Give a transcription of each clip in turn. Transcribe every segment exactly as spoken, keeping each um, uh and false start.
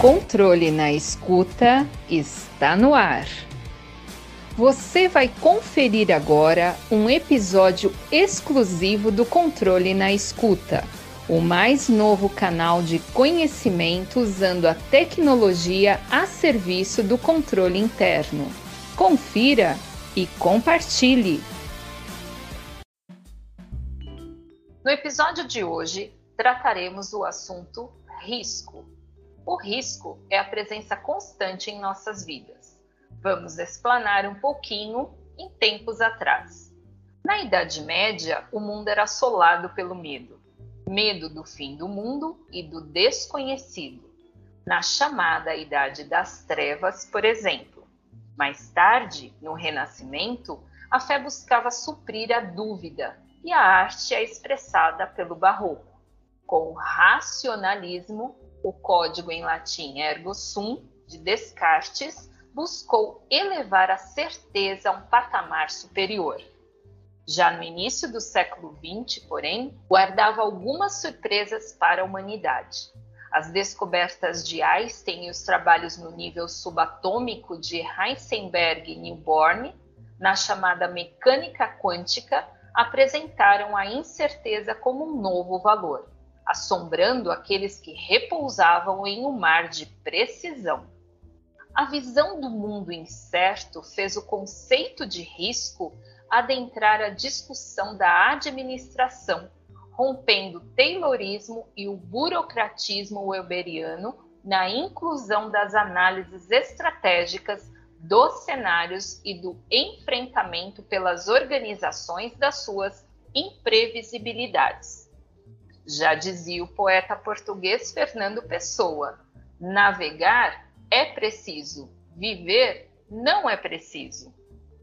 Controle na Escuta está no ar. Você vai conferir agora um episódio exclusivo do Controle na Escuta, o mais novo canal de conhecimento usando a tecnologia a serviço do controle interno. Confira e compartilhe! No episódio de hoje, trataremos do assunto risco. O risco é a presença constante em nossas vidas. Vamos explanar um pouquinho em tempos atrás. Na Idade Média, o mundo era assolado pelo medo. Medo do fim do mundo e do desconhecido. Na chamada Idade das Trevas, por exemplo. Mais tarde, no Renascimento, a fé buscava suprir a dúvida e a arte é expressada pelo Barroco. Com o racionalismo, o código em latim ergo sum, de Descartes, buscou elevar a certeza a um patamar superior. Já no início do século vinte, porém, guardava algumas surpresas para a humanidade. As descobertas de Einstein e os trabalhos no nível subatômico de Heisenberg e Newborn, na chamada mecânica quântica, apresentaram a incerteza como um novo valor, assombrando aqueles que repousavam em um mar de precisão. A visão do mundo incerto fez o conceito de risco adentrar a discussão da administração, rompendo o taylorismo e o burocratismo weberiano na inclusão das análises estratégicas dos cenários e do enfrentamento pelas organizações das suas imprevisibilidades. Já dizia o poeta português Fernando Pessoa, navegar é preciso, viver não é preciso.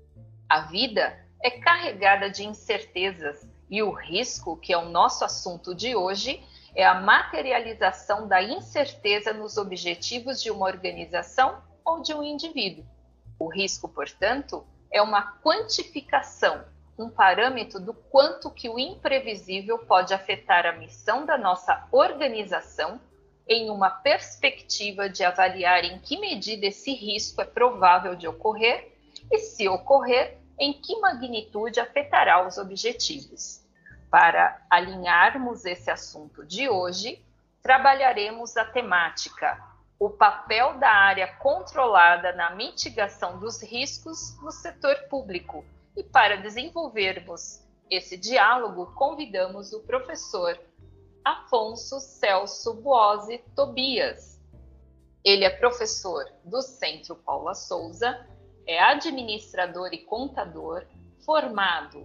A vida é carregada de incertezas e o risco, que é o nosso assunto de hoje, é a materialização da incerteza nos objetivos de uma organização ou de um indivíduo. O risco, portanto, é uma quantificação, um parâmetro do quanto que o imprevisível pode afetar a missão da nossa organização em uma perspectiva de avaliar em que medida esse risco é provável de ocorrer e, se ocorrer, em que magnitude afetará os objetivos. Para alinharmos esse assunto de hoje, trabalharemos a temática o papel da área controlada na mitigação dos riscos no setor público. E para desenvolvermos esse diálogo, convidamos o professor Afonso Celso Buozzi Tobias. Ele é professor do Centro Paula Souza, é administrador e contador, formado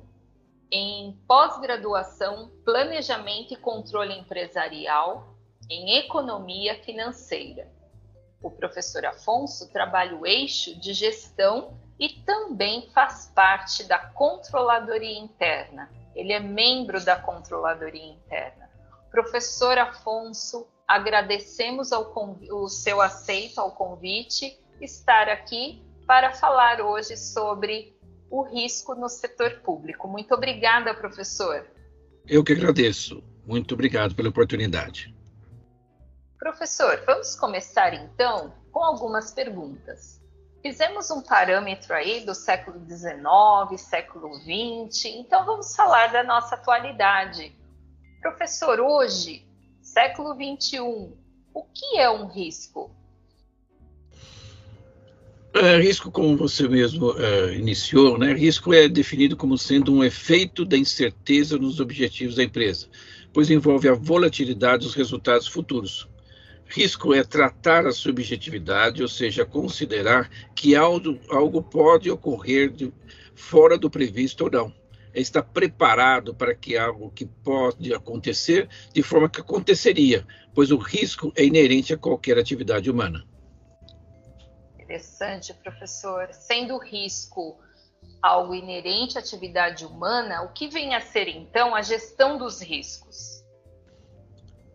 em pós-graduação, Planejamento e Controle Empresarial, em Economia Financeira. O professor Afonso trabalha o eixo de gestão e também faz parte da Controladoria Interna. Ele é membro da Controladoria Interna. Professor Afonso, agradecemos ao conv... o seu aceito ao convite, estar aqui para falar hoje sobre o risco no setor público. Muito obrigada, professor. Eu que agradeço. Muito obrigado pela oportunidade. Professor, vamos começar então com algumas perguntas. Fizemos um parâmetro aí do século dezenove, século vinte, então vamos falar da nossa atualidade. Professor, hoje, século vinte e um, o que é um risco? É, risco, como você mesmo uh, iniciou, né? Risco é definido como sendo um efeito da incerteza nos objetivos da empresa, pois envolve a volatilidade dos resultados futuros. Risco é tratar a subjetividade, ou seja, considerar que algo, algo pode ocorrer de, fora do previsto ou não. É estar preparado para que algo que pode acontecer de forma que aconteceria, pois o risco é inerente a qualquer atividade humana. Interessante, professor. Sendo o risco algo inerente à atividade humana, o que vem a ser, então, a gestão dos riscos?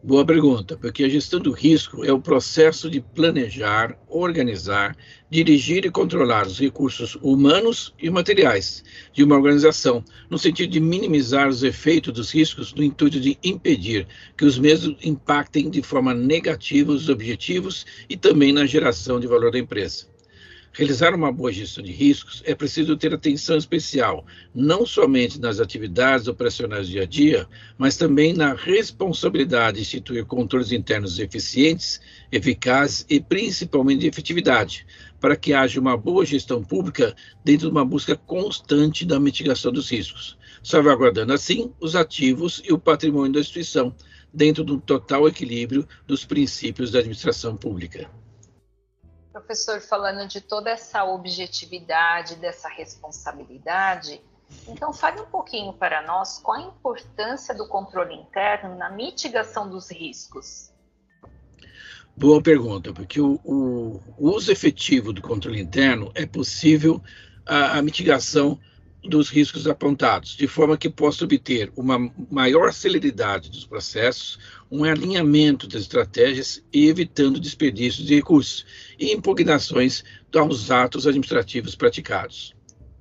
Boa pergunta, porque a gestão do risco é o processo de planejar, organizar, dirigir e controlar os recursos humanos e materiais de uma organização, no sentido de minimizar os efeitos dos riscos no intuito de impedir que os mesmos impactem de forma negativa os objetivos e também na geração de valor da empresa. Realizar uma boa gestão de riscos é preciso ter atenção especial, não somente nas atividades operacionais do dia a dia, mas também na responsabilidade de instituir controles internos eficientes, eficazes e principalmente de efetividade, para que haja uma boa gestão pública dentro de uma busca constante da mitigação dos riscos, salvaguardando assim os ativos e o patrimônio da instituição, dentro de um total equilíbrio dos princípios da administração pública. Professor, falando de toda essa objetividade, dessa responsabilidade, então fale um pouquinho para nós qual a importância do controle interno na mitigação dos riscos. Boa pergunta, porque o, o, o uso efetivo do controle interno é possível a, a mitigação dos riscos apontados, de forma que possa obter uma maior celeridade dos processos, um alinhamento das estratégias e evitando desperdícios de recursos e impugnações aos atos administrativos praticados.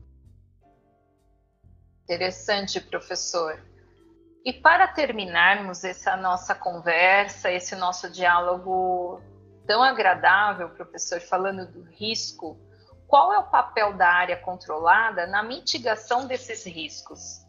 Interessante, professor. E para terminarmos essa nossa conversa, esse nosso diálogo tão agradável, professor, falando do risco, qual é o papel da área controlada na mitigação desses riscos?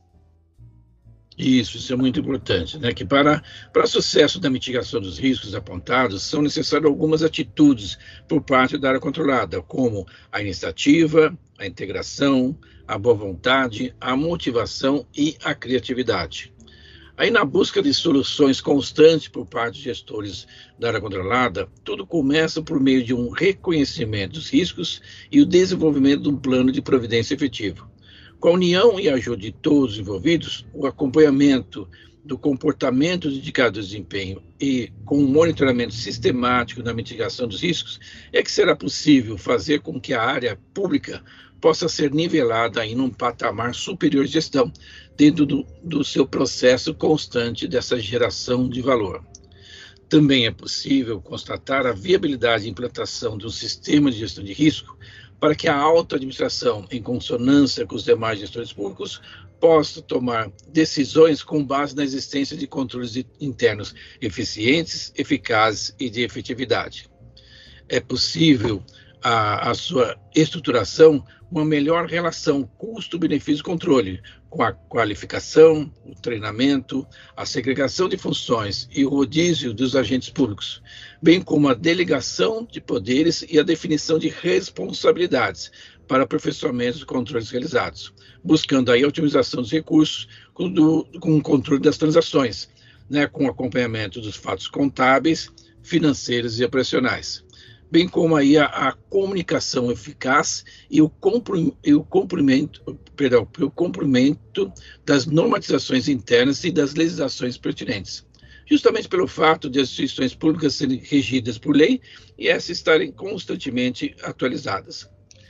Isso, isso é muito importante, né? Que para, para o sucesso da mitigação dos riscos apontados, são necessárias algumas atitudes por parte da área controlada, como a iniciativa, a integração, a boa vontade, a motivação e a criatividade. Aí, na busca de soluções constantes por parte de gestores da área controlada, tudo começa por meio de um reconhecimento dos riscos e o desenvolvimento de um plano de providência efetivo. Com a união e a ajuda de todos os envolvidos, o acompanhamento do comportamento de indicadores de desempenho e com um monitoramento sistemático na mitigação dos riscos, é que será possível fazer com que a área pública possa ser nivelada em um patamar superior de gestão, dentro do, do seu processo constante dessa geração de valor. Também é possível constatar a viabilidade de implantação de um sistema de gestão de risco para que a alta administração, em consonância com os demais gestores públicos, possa tomar decisões com base na existência de controles internos eficientes, eficazes e de efetividade. É possível a, a sua estruturação, uma melhor relação custo-benefício-controle, com a qualificação, o treinamento, a segregação de funções e o rodízio dos agentes públicos, bem como a delegação de poderes e a definição de responsabilidades para aperfeiçoamento dos controles realizados, buscando aí a otimização dos recursos com, do, com o controle das transações, né, com acompanhamento dos fatos contábeis, financeiros e operacionais, bem como aí a, a comunicação eficaz e o, comprim, e o cumprimento, perdão, o cumprimento das normatizações internas e das legislações pertinentes, justamente pelo fato de as instituições públicas serem regidas por lei e essas estarem constantemente atualizadas.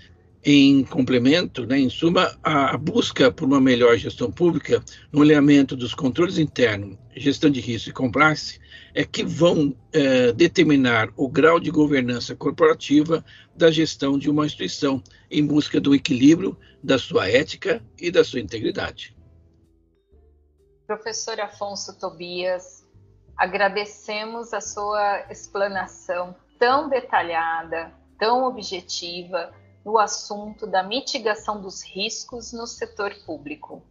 Em complemento, né, em suma, a, a busca por uma melhor gestão pública no alinhamento dos controles internos, gestão de risco e compliance, é que vão é, determinar o grau de governança corporativa da gestão de uma instituição em busca do equilíbrio da sua ética e da sua integridade. Professor Afonso Tobias, agradecemos a sua explanação tão detalhada, tão objetiva, no assunto da mitigação dos riscos no setor público.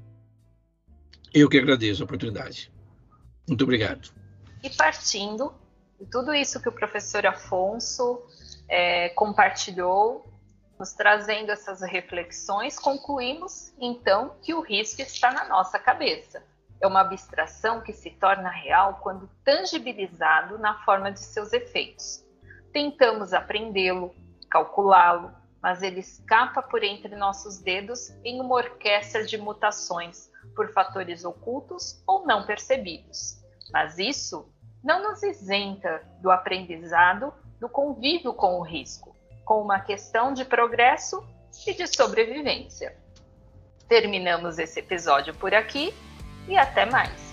Eu que agradeço a oportunidade. Muito obrigado. E partindo de tudo isso que o professor Afonso é, compartilhou, nos trazendo essas reflexões, concluímos, então, que o risco está na nossa cabeça. É uma abstração que se torna real quando tangibilizado na forma de seus efeitos. Tentamos aprendê-lo, calculá-lo, mas ele escapa por entre nossos dedos em uma orquestra de mutações por fatores ocultos ou não percebidos. Mas isso não nos isenta do aprendizado, do convívio com o risco, com uma questão de progresso e de sobrevivência. Terminamos esse episódio por aqui e até mais!